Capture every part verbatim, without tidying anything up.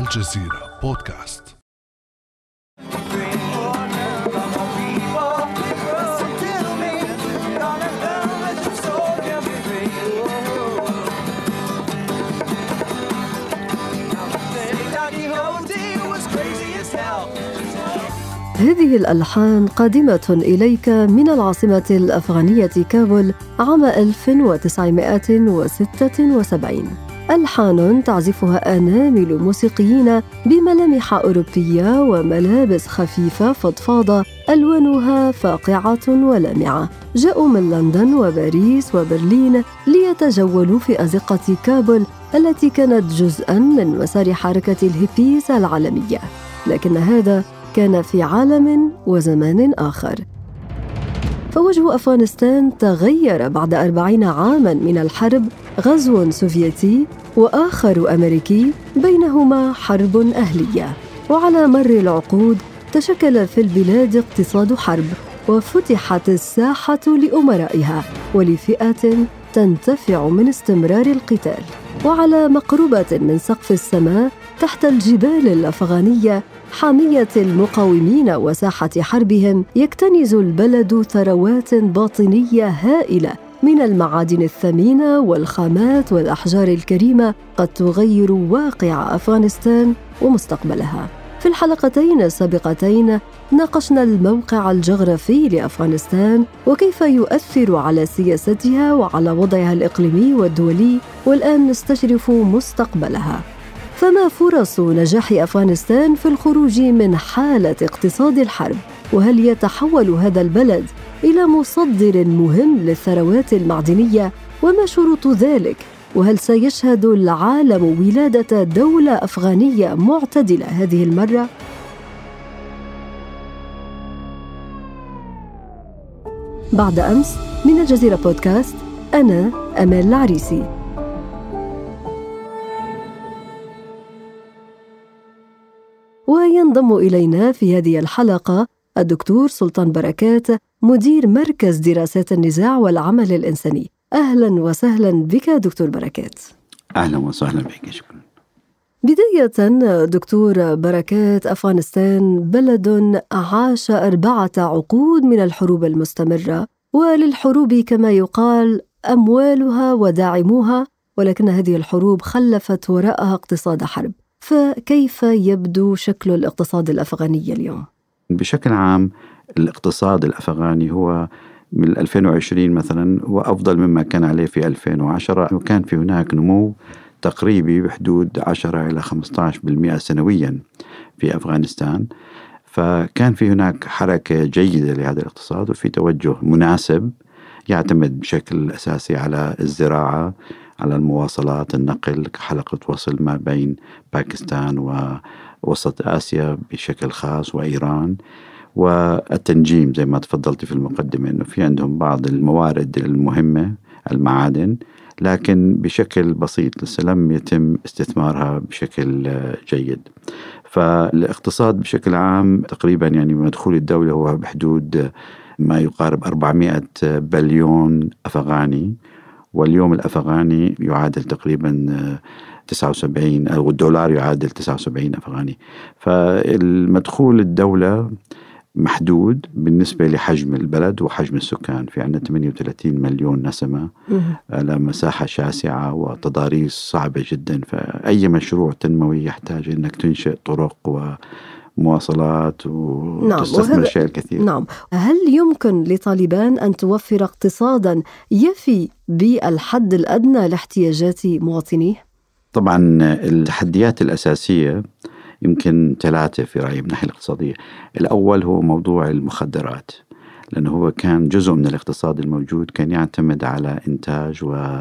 الجزيرة بودكاست. هذه الألحان قادمة إليك من العاصمة الأفغانية كابول عام ألف وتسعمائة وستة وسبعين. ألحان تعزفها أنامل موسيقيين بملامح أوروبية وملابس خفيفة فضفاضة ألوانها فاقعة ولامعة. جاءوا من لندن وباريس وبرلين ليتجولوا في أزقة كابول التي كانت جزءاً من مسار حركة الهيبيز العالمية، لكن هذا كان في عالم وزمان آخر. فوجه أفغانستان تغير بعد أربعين عاماً من الحرب، غزو سوفيتي وآخر أمريكي، بينهما حرب أهلية. وعلى مر العقود تشكل في البلاد اقتصاد حرب، وفتحت الساحة لأمرائها ولفئة تنتفع من استمرار القتال. وعلى مقربة من سقف السماء تحت الجبال الأفغانية حامية المقاومين وساحة حربهم، يكتنز البلد ثروات باطنية هائلة من المعادن الثمينة والخامات والأحجار الكريمة قد تغير واقع أفغانستان ومستقبلها. في الحلقتين السابقتين ناقشنا الموقع الجغرافي لأفغانستان وكيف يؤثر على سياستها وعلى وضعها الإقليمي والدولي، والآن نستشرف مستقبلها. فما فرص نجاح أفغانستان في الخروج من حالة اقتصاد الحرب؟ وهل يتحول هذا البلد إلى مصدر مهم للثروات المعدنية؟ وما شروط ذلك؟ وهل سيشهد العالم ولادة دولة أفغانية معتدلة هذه المرة؟ بعد أمس من الجزيرة بودكاست، أنا أمال العريسي. وينضم إلينا في هذه الحلقة الدكتور سلطان بركات، مدير مركز دراسات النزاع والعمل الإنساني. أهلا وسهلا بك دكتور بركات. أهلا وسهلا بك، شكرا. بداية دكتور بركات، أفغانستان بلد عاش أربعة عقود من الحروب المستمرة، وللحروب كما يقال أموالها وداعموها، ولكن هذه الحروب خلفت وراءها اقتصاد حرب. فكيف يبدو شكل الاقتصاد الأفغاني اليوم؟ بشكل عام الاقتصاد الأفغاني هو من ألفين وعشرين مثلا هو أفضل مما كان عليه في ألفين وعشرة، وكان في هناك نمو تقريبي بحدود عشرة إلى خمسة عشر بالمئة سنويا في أفغانستان. فكان في هناك حركة جيدة لهذا الاقتصاد، وفي توجه مناسب يعتمد بشكل أساسي على الزراعة، على المواصلات، النقل كحلقة وصل ما بين باكستان ووسط آسيا بشكل خاص وإيران، والتنجيم زي ما تفضلت في المقدمة أنه في عندهم بعض الموارد المهمة المعادن، لكن بشكل بسيط لسه لم يتم استثمارها بشكل جيد. فالاقتصاد بشكل عام تقريبا يعني مدخول الدولة هو بحدود ما يقارب أربعمائة بليون أفغاني، واليوم الأفغاني يعادل تقريبا تسعة وسبعين، أو الدولار يعادل تسعة وسبعين أفغاني. فالمدخول الدولة محدود بالنسبة لحجم البلد وحجم السكان. في عندنا ثمانية وثلاثين مليون نسمة على مساحة شاسعة وتضاريس صعبة جدا. فأي مشروع تنموي يحتاج أنك تنشئ طرق ومواصلات وتستثمر الشيء الكثير. نعم. هل يمكن لطالبان أن توفر اقتصادا يفي بالحد الأدنى لاحتياجات مواطنيه؟ طبعا التحديات الأساسية يمكن ثلاثة في رأيي من الناحية الاقتصادية. الأول هو موضوع المخدرات، لأنه هو كان جزء من الاقتصاد الموجود كان يعتمد على إنتاج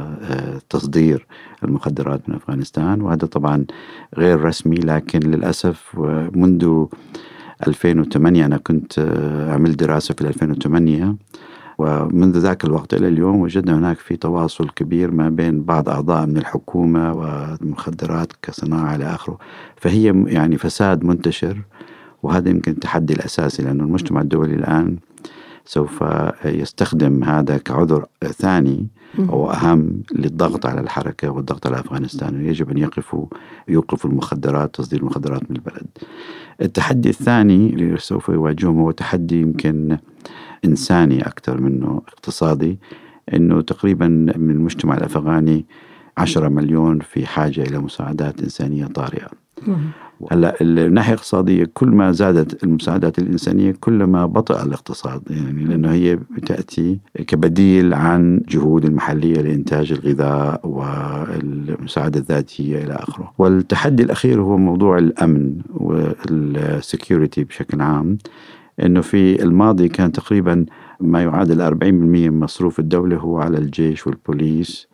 وتصدير المخدرات من أفغانستان، وهذا طبعا غير رسمي. لكن للأسف منذ ألفين وثمانية أنا كنت عملت دراسة في ألفين وثمانية، ومنذ ذاك الوقت إلى اليوم وجدنا هناك في تواصل كبير ما بين بعض أعضاء من الحكومة والمخدرات كصناعة إلى آخره. فهي يعني فساد منتشر، وهذا يمكن التحدي الأساسي، لأن المجتمع الدولي الآن سوف يستخدم هذا كعذر ثاني أو أهم للضغط على الحركة والضغط على أفغانستان. يجب أن يقفوا يوقفوا المخدرات، تصدير المخدرات من البلد. التحدي الثاني اللي سوف يواجههم هو تحدي يمكن إنساني أكثر منه اقتصادي، إنه تقريبا من المجتمع الأفغاني عشرة مليون في حاجة إلى مساعدات إنسانية طارئة. هلا الناحية الاقتصادية كل ما زادت المساعدات الإنسانية كل ما بطأ الاقتصاد، يعني لأنه هي تأتي كبديل عن جهود المحلية لإنتاج الغذاء والمساعدة الذاتية إلى آخره. والتحدي الأخير هو موضوع الأمن والسكيورتي بشكل عام، إنه في الماضي كان تقريبا ما يعادل أربعين بالمئة من مصروف الدولة هو على الجيش والبوليس،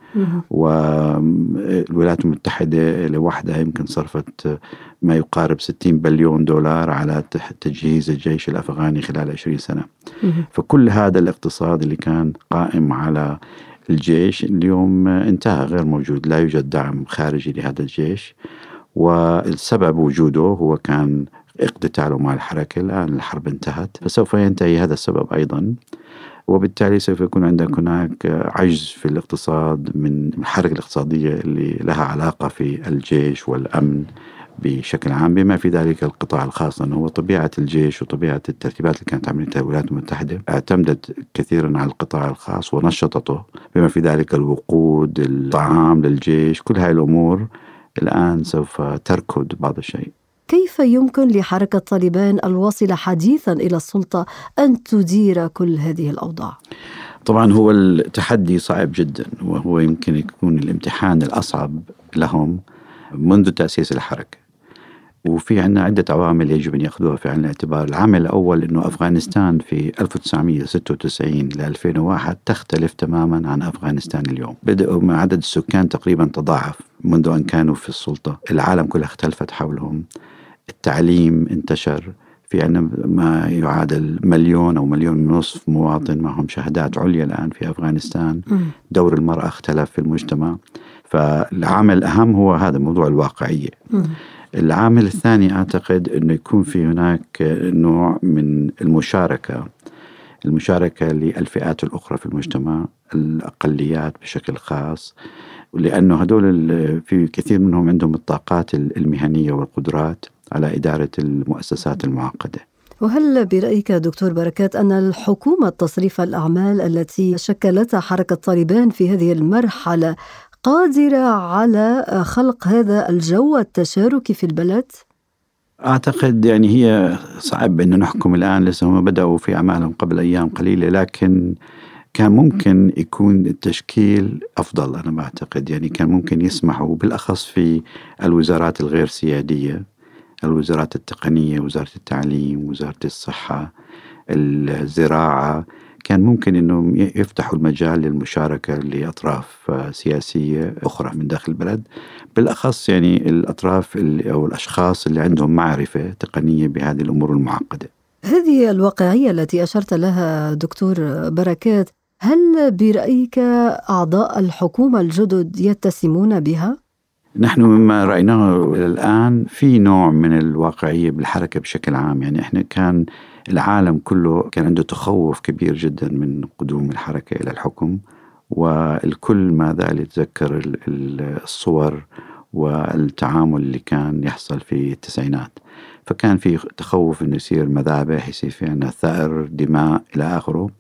والولايات المتحدة لوحدها يمكن صرفت ما يقارب ستين بليون دولار على تجهيز الجيش الأفغاني خلال عشرين سنة. فكل هذا الاقتصاد اللي كان قائم على الجيش اليوم انتهى، غير موجود، لا يوجد دعم خارجي لهذا الجيش، والسبب وجوده هو كان اقتتاله مع الحركة. الآن الحرب انتهت، فسوف ينتهي هذا السبب أيضا، وبالتالي سوف يكون عندك هناك عجز في الاقتصاد من الحركة الاقتصادية اللي لها علاقة في الجيش والأمن بشكل عام، بما في ذلك القطاع الخاص. أنه طبيعة الجيش وطبيعة الترتيبات اللي كانت عملتها الولايات المتحدة اعتمدت كثيرا على القطاع الخاص ونشطته، بما في ذلك الوقود، الطعام للجيش، كل هاي الأمور الآن سوف تركض بعض الشيء. كيف يمكن لحركة طالبان الواصلة حديثا إلى السلطة أن تدير كل هذه الأوضاع؟ طبعا هو التحدي صعب جدا، وهو يمكن يكون الامتحان الأصعب لهم منذ تأسيس الحركة. وفي عنا عدة عوامل يجب أن يأخذوها في عين الاعتبار. العامل الأول أنه أفغانستان في ألف وتسعمئة وستة وتسعين ل ألفين وواحد تختلف تماما عن أفغانستان اليوم. بدأوا مع عدد السكان تقريبا تضاعف منذ أن كانوا في السلطة، العالم كلها اختلفت حولهم، التعليم انتشر، في عنا ما يعادل مليون أو مليون ونصف مواطن معهم شهادات عليا الآن في أفغانستان. دور المرأة اختلف في المجتمع. فالعامل الأهم هو هذا موضوع الواقعية. العامل الثاني أعتقد أنه يكون في هناك نوع من المشاركة المشاركة للفئات الأخرى في المجتمع، الأقليات بشكل خاص، لأنه هدول في كثير منهم عندهم الطاقات المهنية والقدرات على إدارة المؤسسات المعقدة. وهل برأيك دكتور بركات أن الحكومة تصريف الأعمال التي شكلتها حركة طالبان في هذه المرحلة قادرة على خلق هذا الجو التشاركي في البلد؟ أعتقد يعني هي صعب أن نحكم الآن، لسه هم بدأوا في أعمالهم قبل أيام قليلة، لكن كان ممكن يكون التشكيل أفضل. أنا بعتقد يعني كان ممكن يسمحوا بالأخص في الوزارات الغير سيادية، الوزارات التقنية، وزارة التعليم، وزارة الصحة، الزراعة، كان ممكن أنهم يفتحوا المجال للمشاركة لأطراف سياسية أخرى من داخل البلد، بالأخص يعني الأطراف أو الأشخاص اللي عندهم معرفة تقنية بهذه الأمور المعقدة. هذه الواقعية التي أشرت لها دكتور بركات، هل برأيك أعضاء الحكومة الجدد يتسمون بها؟ نحن مما رأيناه الآن في نوع من الواقعية بالحركة بشكل عام. يعني إحنا كان العالم كله كان عنده تخوف كبير جدا من قدوم الحركة إلى الحكم، والكل ما زال يتذكر الصور والتعامل اللي كان يحصل في التسعينات. فكان في تخوف إنه يصير مذابح، يصير في عنا ثأر، دماء إلى آخره،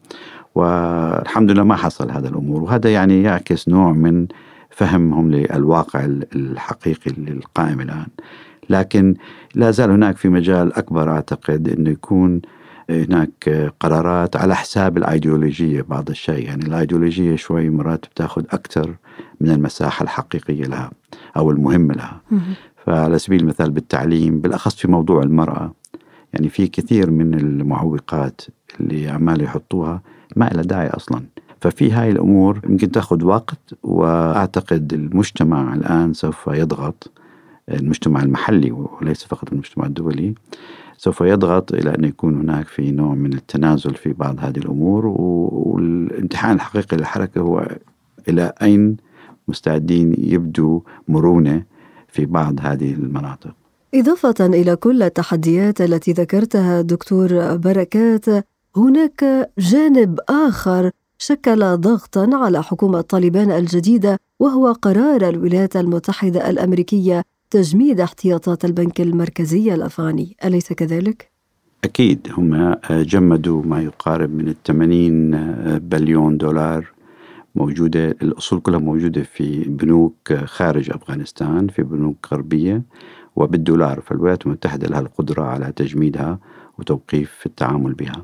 والحمد لله ما حصل هذا الأمور. وهذا يعني يعكس نوع من فهمهم للواقع الحقيقي للقائم الآن. لكن لا زال هناك في مجال أكبر أعتقد أنه يكون هناك قرارات على حساب الأيديولوجية بعض الشيء. يعني الأيديولوجية شوي مرات بتاخد أكثر من المساحة الحقيقية لها أو المهمة لها. فعلى سبيل المثال بالتعليم بالأخص في موضوع المرأة، يعني في كثير من المعوقات اللي عمال يحطوها ما لها داعي أصلاً. ففي هاي الأمور يمكن تأخذ وقت، وأعتقد المجتمع الآن سوف يضغط، المجتمع المحلي وليس فقط المجتمع الدولي، سوف يضغط إلى أن يكون هناك في نوع من التنازل في بعض هذه الأمور. والامتحان الحقيقي للحركة هو إلى أين مستعدين يبدوا مرونة في بعض هذه المناطق. إضافة إلى كل التحديات التي ذكرتها دكتور بركات، هناك جانب آخر شكل ضغطاً على حكومة طالبان الجديدة، وهو قرار الولايات المتحدة الأمريكية تجميد احتياطات البنك المركزي الأفغاني، أليس كذلك؟ أكيد، هم جمدوا ما يقارب من الثمانين بليون دولار موجودة، الأصول كلها موجودة في بنوك خارج أفغانستان، في بنوك غربية وبالدولار، فالولايات المتحدة لها القدرة على تجميدها وتوقيف التعامل بها،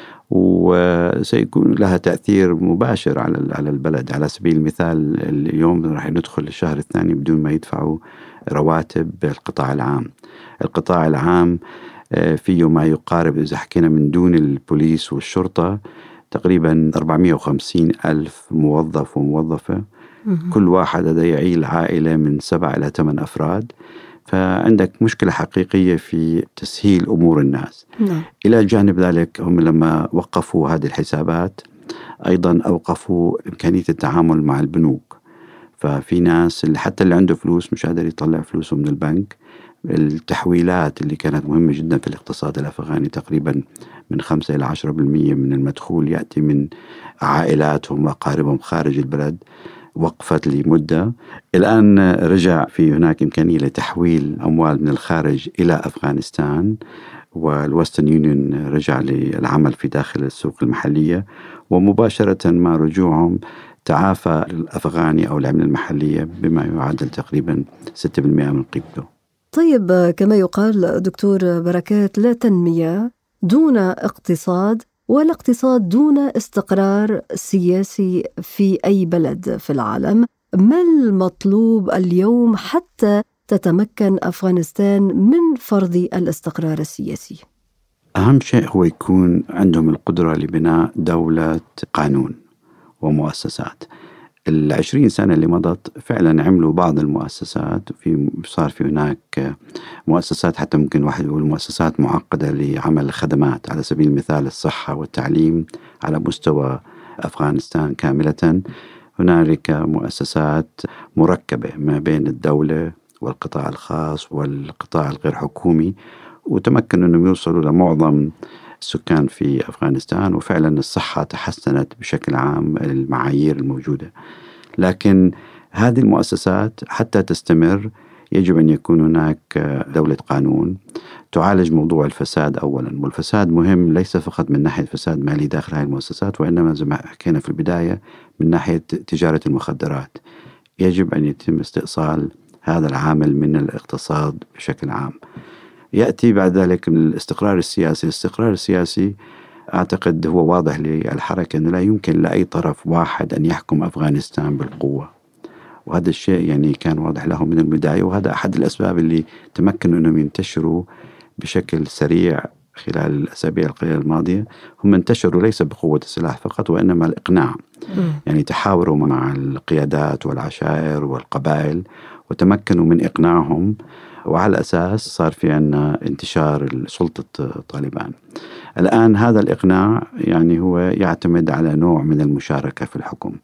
وسيكون لها تأثير مباشر على على البلد. على سبيل المثال اليوم راح ندخل الشهر الثاني بدون ما يدفعوا رواتب القطاع العام. القطاع العام فيه ما يقارب، إذا حكينا من دون البوليس والشرطة، تقريبا أربعمائة وخمسين ألف موظف وموظفة، كل واحد هذا يعيل عائلة من سبع إلى ثمان أفراد، فعندك مشكلة حقيقية في تسهيل أمور الناس. نعم. إلى جانب ذلك هم لما وقفوا هذه الحسابات أيضا أوقفوا إمكانية التعامل مع البنوك، ففي ناس اللي حتى اللي عنده فلوس مش قادر يطلع فلوسه من البنك. التحويلات اللي كانت مهمة جدا في الاقتصاد الأفغاني، تقريبا من خمسة إلى عشرة بالمئة من المدخول يأتي من عائلاتهم وأقاربهم خارج البلد، وقفت لمدة. الآن رجع في هناك إمكانية لتحويل أموال من الخارج إلى أفغانستان، والوسترن يونيون رجع للعمل في داخل السوق المحلية، ومباشرة مع رجوعهم تعافى الأفغاني أو العملة المحلية بما يعادل تقريبا ستة بالمئة من قيمته. طيب، كما يقال دكتور بركات، لا تنمية دون اقتصاد، ولا اقتصاد دون استقرار سياسي في أي بلد في العالم. ما المطلوب اليوم حتى تتمكن أفغانستان من فرض الاستقرار السياسي؟ أهم شيء هو يكون عندهم القدرة لبناء دولة قانون ومؤسسات. العشرين سنة اللي مضت فعلا عملوا بعض المؤسسات، في صار في هناك مؤسسات، حتى ممكن واحد يقول مؤسسات معقدة لعمل خدمات، على سبيل المثال الصحة والتعليم على مستوى أفغانستان كاملة. هنالك مؤسسات مركبة ما بين الدولة والقطاع الخاص والقطاع الغير حكومي، وتمكنوا أنهم يوصلوا لمعظم السكان في أفغانستان، وفعلا الصحة تحسنت بشكل عام المعايير الموجودة. لكن هذه المؤسسات حتى تستمر يجب أن يكون هناك دولة قانون تعالج موضوع الفساد أولا، والفساد مهم ليس فقط من ناحية فساد مالي داخل هذه المؤسسات، وإنما زي ما حكينا في البداية من ناحية تجارة المخدرات. يجب أن يتم استئصال هذا العامل من الاقتصاد بشكل عام. يأتي بعد ذلك الاستقرار السياسي. الاستقرار السياسي أعتقد هو واضح للحركة أنه لا يمكن لأي طرف واحد أن يحكم أفغانستان بالقوة، وهذا الشيء يعني كان واضح لهم من البداية، وهذا أحد الأسباب اللي تمكنوا أنهم ينتشروا بشكل سريع خلال الأسابيع القليلة الماضية. هم انتشروا ليس بقوة السلاح فقط، وإنما الإقناع. يعني تحاوروا مع القيادات والعشائر والقبائل وتمكنوا من إقناعهم، وعلى أساس صار في عنا انتشار سلطة طالبان. الآن هذا الإقناع يعني هو يعتمد على نوع من المشاركة في الحكم،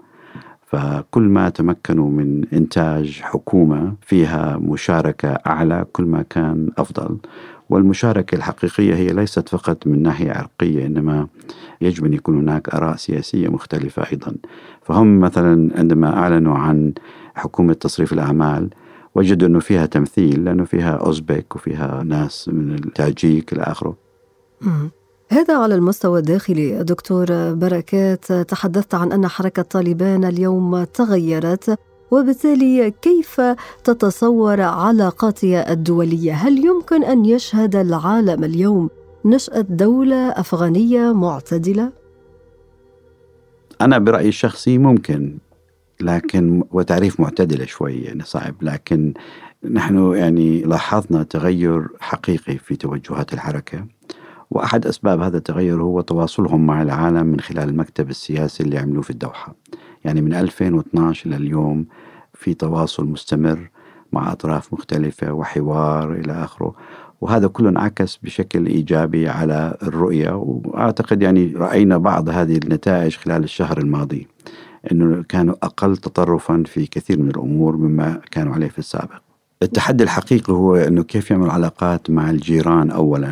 فكل ما تمكنوا من إنتاج حكومة فيها مشاركة أعلى كل ما كان أفضل. والمشاركة الحقيقية هي ليست فقط من ناحية عرقية، إنما يجب أن يكون هناك آراء سياسية مختلفة أيضا. فهم مثلا عندما أعلنوا عن حكومة تصريف الأعمال وجدوا أنه فيها تمثيل، لأنه فيها أوزبك وفيها ناس من التاجيك إلى آخره. هذا على المستوى الداخلي. دكتور بركات، تحدثت عن أن حركة طالبان اليوم تغيرت، وبالتالي كيف تتصور علاقاتها الدولية؟ هل يمكن أن يشهد العالم اليوم نشأة دولة أفغانية معتدلة؟ أنا برأيي الشخصي ممكن، لكن وتعريف معتدلة شوي يعني صعب، لكن نحن يعني لاحظنا تغير حقيقي في توجهات الحركة، وأحد أسباب هذا التغير هو تواصلهم مع العالم من خلال المكتب السياسي اللي عملوه في الدوحة. يعني من ألفين واثناشر إلى اليوم في تواصل مستمر مع أطراف مختلفة وحوار إلى آخره، وهذا كله انعكس بشكل إيجابي على الرؤية. وأعتقد يعني رأينا بعض هذه النتائج خلال الشهر الماضي، أنه كانوا أقل تطرفا في كثير من الأمور مما كانوا عليه في السابق. التحدي الحقيقي هو أنه كيف يعمل علاقات مع الجيران أولا،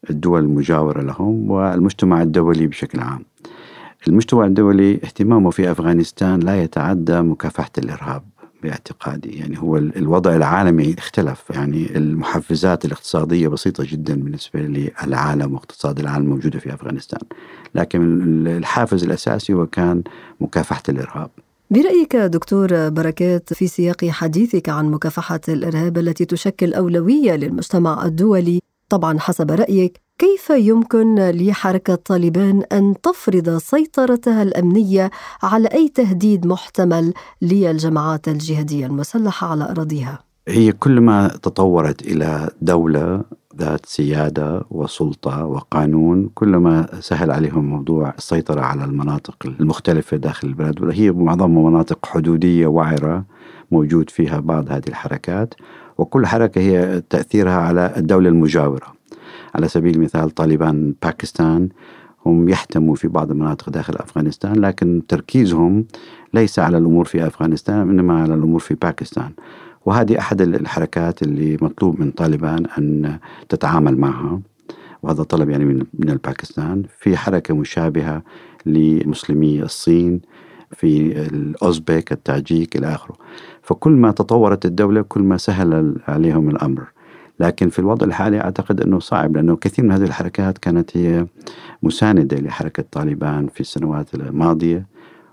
الدول المجاورة لهم والمجتمع الدولي بشكل عام. المجتمع الدولي اهتمامه في أفغانستان لا يتعدى مكافحة الإرهاب باعتقادي. يعني هو الوضع العالمي اختلف، يعني المحفزات الاقتصادية بسيطة جدا بالنسبة للعالم واقتصاد العالم موجودة في أفغانستان، لكن الحافز الأساسي هو كان مكافحة الإرهاب. برأيك دكتور بركات، في سياق حديثك عن مكافحة الإرهاب التي تشكل أولوية للمجتمع الدولي طبعا حسب رأيك، كيف يمكن لحركة طالبان أن تفرض سيطرتها الأمنية على أي تهديد محتمل للجماعات الجهادية المسلحة على أراضيها؟ هي كلما تطورت إلى دولة ذات سيادة وسلطة وقانون، كلما سهل عليهم موضوع السيطرة على المناطق المختلفة داخل البلد، وهي معظمها مناطق حدودية وعرة موجود فيها بعض هذه الحركات، وكل حركة هي تأثيرها على الدولة المجاورة. على سبيل المثال طالبان باكستان هم يحتموا في بعض المناطق داخل أفغانستان، لكن تركيزهم ليس على الأمور في أفغانستان إنما على الأمور في باكستان، وهذه أحد الحركات اللي مطلوب من طالبان أن تتعامل معها، وهذا طلب يعني من من الباكستان. في حركة مشابهة لمسلمي الصين في الأوزبك التاجيك إلى آخره. فكل ما تطورت الدولة كل ما سهل عليهم الأمر، لكن في الوضع الحالي أعتقد أنه صعب، لأنه كثير من هذه الحركات كانت هي مساندة لحركة طالبان في السنوات الماضية،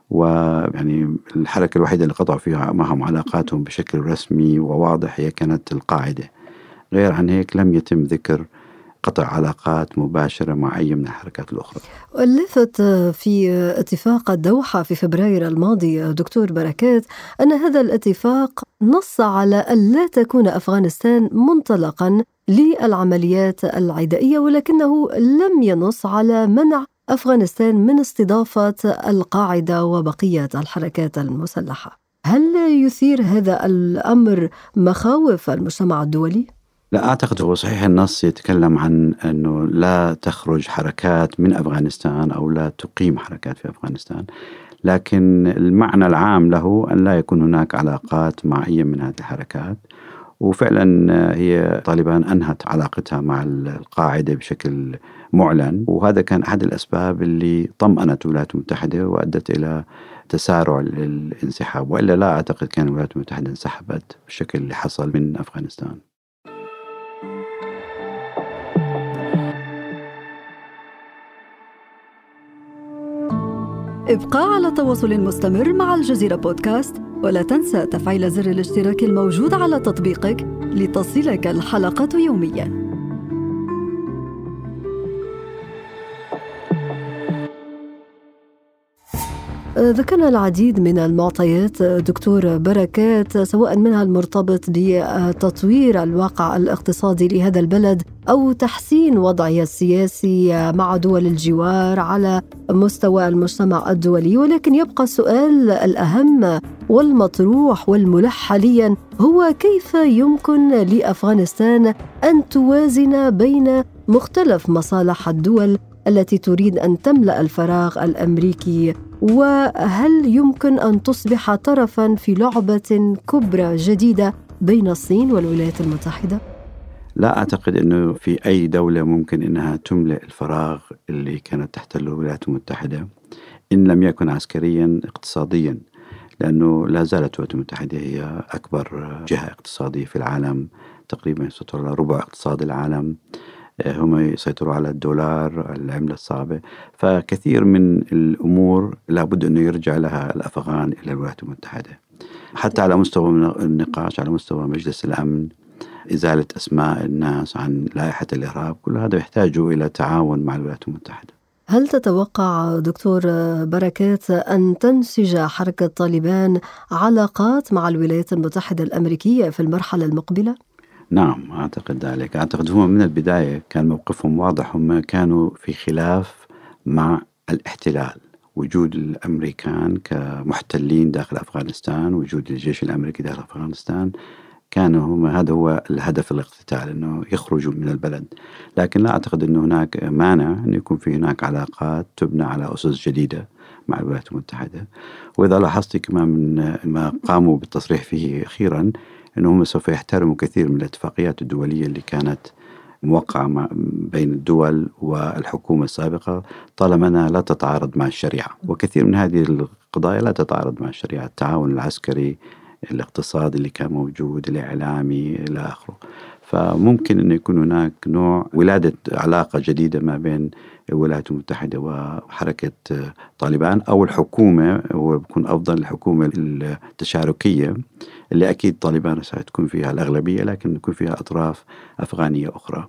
ويعني الحركة الوحيدة اللي قطعوا فيها معهم علاقاتهم بشكل رسمي وواضح هي كانت القاعدة. غير عن هيك لم يتم ذكر قطع علاقات مباشرة مع أي من الحركات الأخرى. واللافت في اتفاق الدوحة في فبراير الماضي دكتور بركات أن هذا الاتفاق نص على أن لا تكون أفغانستان منطلقا للعمليات العدائية، ولكنه لم ينص على منع أفغانستان من استضافة القاعدة وبقية الحركات المسلحة. هل يثير هذا الأمر مخاوف المجتمع الدولي؟ لا أعتقد هو صحيح النص يتكلم عن أنه لا تخرج حركات من أفغانستان أو لا تقيم حركات في أفغانستان، لكن المعنى العام له أن لا يكون هناك علاقات مع أي من هذه الحركات. وفعلا هي طالبان أنهت علاقتها مع القاعدة بشكل معلن، وهذا كان أحد الأسباب اللي طمأنت الولايات المتحدة وأدت إلى تسارع الانسحاب، وإلا لا أعتقد كان الولايات المتحدة انسحبت بالشكل اللي حصل من أفغانستان. ابقى على تواصل مستمر مع الجزيرة بودكاست، ولا تنسى تفعيل زر الاشتراك الموجود على تطبيقك لتصلك الحلقة يومياً. ذكرنا العديد من المعطيات دكتور بركات، سواء منها المرتبط بتطوير الواقع الاقتصادي لهذا البلد أو تحسين وضعه السياسي مع دول الجوار على مستوى المجتمع الدولي، ولكن يبقى السؤال الأهم والمطروح والملح حاليا هو كيف يمكن لأفغانستان أن توازن بين مختلف مصالح الدول التي تريد أن تملأ الفراغ الأمريكي، وهل يمكن أن تصبح طرفاً في لعبة كبرى جديدة بين الصين والولايات المتحدة؟ لا أعتقد أنه في أي دولة ممكن أنها تملأ الفراغ اللي كانت تحتله الولايات المتحدة إن لم يكن عسكرياً اقتصادياً، لأنه لا زالت الولايات المتحدة هي أكبر جهة اقتصادية في العالم، تقريباً يسيطر على ربع اقتصاد العالم، هم يسيطروا على الدولار العملة الصعبة. فكثير من الأمور لابد أنه يرجع لها الأفغان إلى الولايات المتحدة، حتى على مستوى النقاش على مستوى مجلس الأمن، إزالة أسماء الناس عن لائحة الإرهاب، كل هذا يحتاج إلى تعاون مع الولايات المتحدة. هل تتوقع دكتور بركات أن تنسج حركة طالبان علاقات مع الولايات المتحدة الأمريكية في المرحلة المقبلة؟ نعم أعتقد ذلك. أعتقد هم من البداية كان موقفهم واضح، هم كانوا في خلاف مع الاحتلال، وجود الأمريكان كمحتلين داخل أفغانستان، وجود الجيش الأمريكي داخل أفغانستان، كانوا هم هذا هو الهدف الاقتتال، أنه يخرجوا من البلد. لكن لا أعتقد أنه هناك مانع أن يكون في هناك علاقات تبنى على أسس جديدة مع الولايات المتحدة. وإذا لاحظت كمان من ما قاموا بالتصريح فيه أخيرا أنهم سوف يحترموا كثير من الاتفاقيات الدولية اللي كانت موقعة بين الدول والحكومة السابقة طالما أنها لا تتعارض مع الشريعة، وكثير من هذه القضايا لا تتعارض مع الشريعة. التعاون العسكري، الاقتصادي اللي كان موجود، الإعلامي إلى آخره. فممكن أن يكون هناك نوع ولادة علاقة جديدة ما بين الولايات المتحدة وحركة طالبان، أو الحكومة، وبكون أفضل الحكومة التشاركية اللي أكيد طالبان ستكون فيها الأغلبية، لكن يكون فيها أطراف أفغانية أخرى.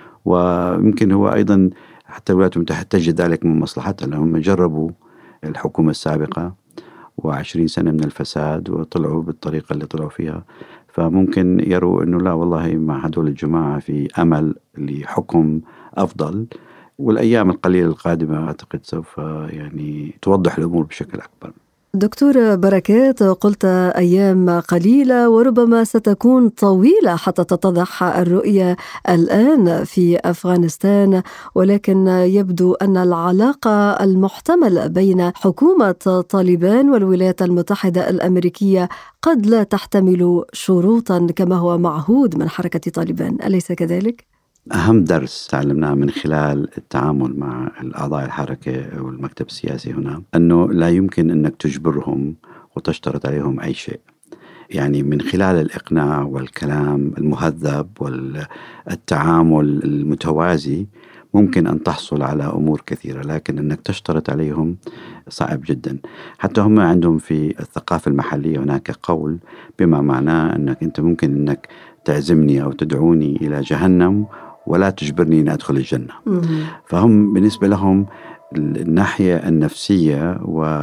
ويمكن هو أيضا حتى الولايات المتحدة تجد ذلك من مصلحتها، لأنهم جربوا الحكومة السابقة وعشرين سنة من الفساد وطلعوا بالطريقة اللي طلعوا فيها، فممكن يروا أنه لا والله مع هدول الجماعة في أمل لحكم أفضل. والأيام القليلة القادمة أعتقد سوف يعني توضح الأمور بشكل أكبر. دكتور بركات، قلت أيام قليلة وربما ستكون طويلة حتى تتضح الرؤية الآن في أفغانستان، ولكن يبدو أن العلاقة المحتملة بين حكومة طالبان والولايات المتحدة الأمريكية قد لا تحتمل شروطا كما هو معهود من حركة طالبان، أليس كذلك؟ أهم درس تعلمناه من خلال التعامل مع الأعضاء الحركة والمكتب السياسي هنا أنه لا يمكن أنك تجبرهم وتشترط عليهم أي شيء. يعني من خلال الإقناع والكلام المهذب والتعامل المتوازي ممكن أن تحصل على أمور كثيرة، لكن أنك تشترط عليهم صعب جدا. حتى هم عندهم في الثقافة المحلية هناك قول بما معناه أنك أنت ممكن أنك تعزمني أو تدعوني إلى جهنم ولا تجبرني أن أدخل الجنة. فهم بالنسبة لهم الناحية النفسية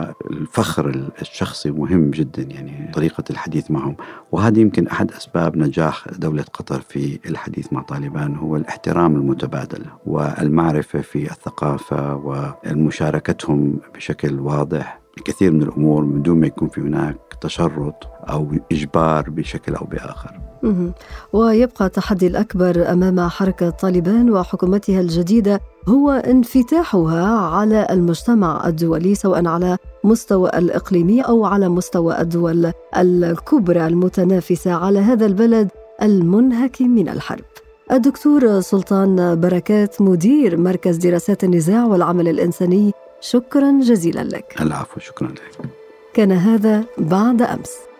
والفخر الشخصي مهم جدا، يعني طريقة الحديث معهم. وهذا يمكن أحد أسباب نجاح دولة قطر في الحديث مع طالبان، هو الاحترام المتبادل والمعرفة في الثقافة والمشاركتهم بشكل واضح الكثير من الأمور من دون ما يكون في هناك تشرط أو إجبار بشكل أو بآخر. ويبقى التحدي الأكبر أمام حركة طالبان وحكومتها الجديدة هو انفتاحها على المجتمع الدولي، سواء على مستوى الإقليمي أو على مستوى الدول الكبرى المتنافسة على هذا البلد المنهك من الحرب. الدكتور سلطان بركات، مدير مركز دراسات النزاع والعمل الإنساني، شكرا جزيلا لك. العفو، شكرا لك. كان هذا بعد أمس.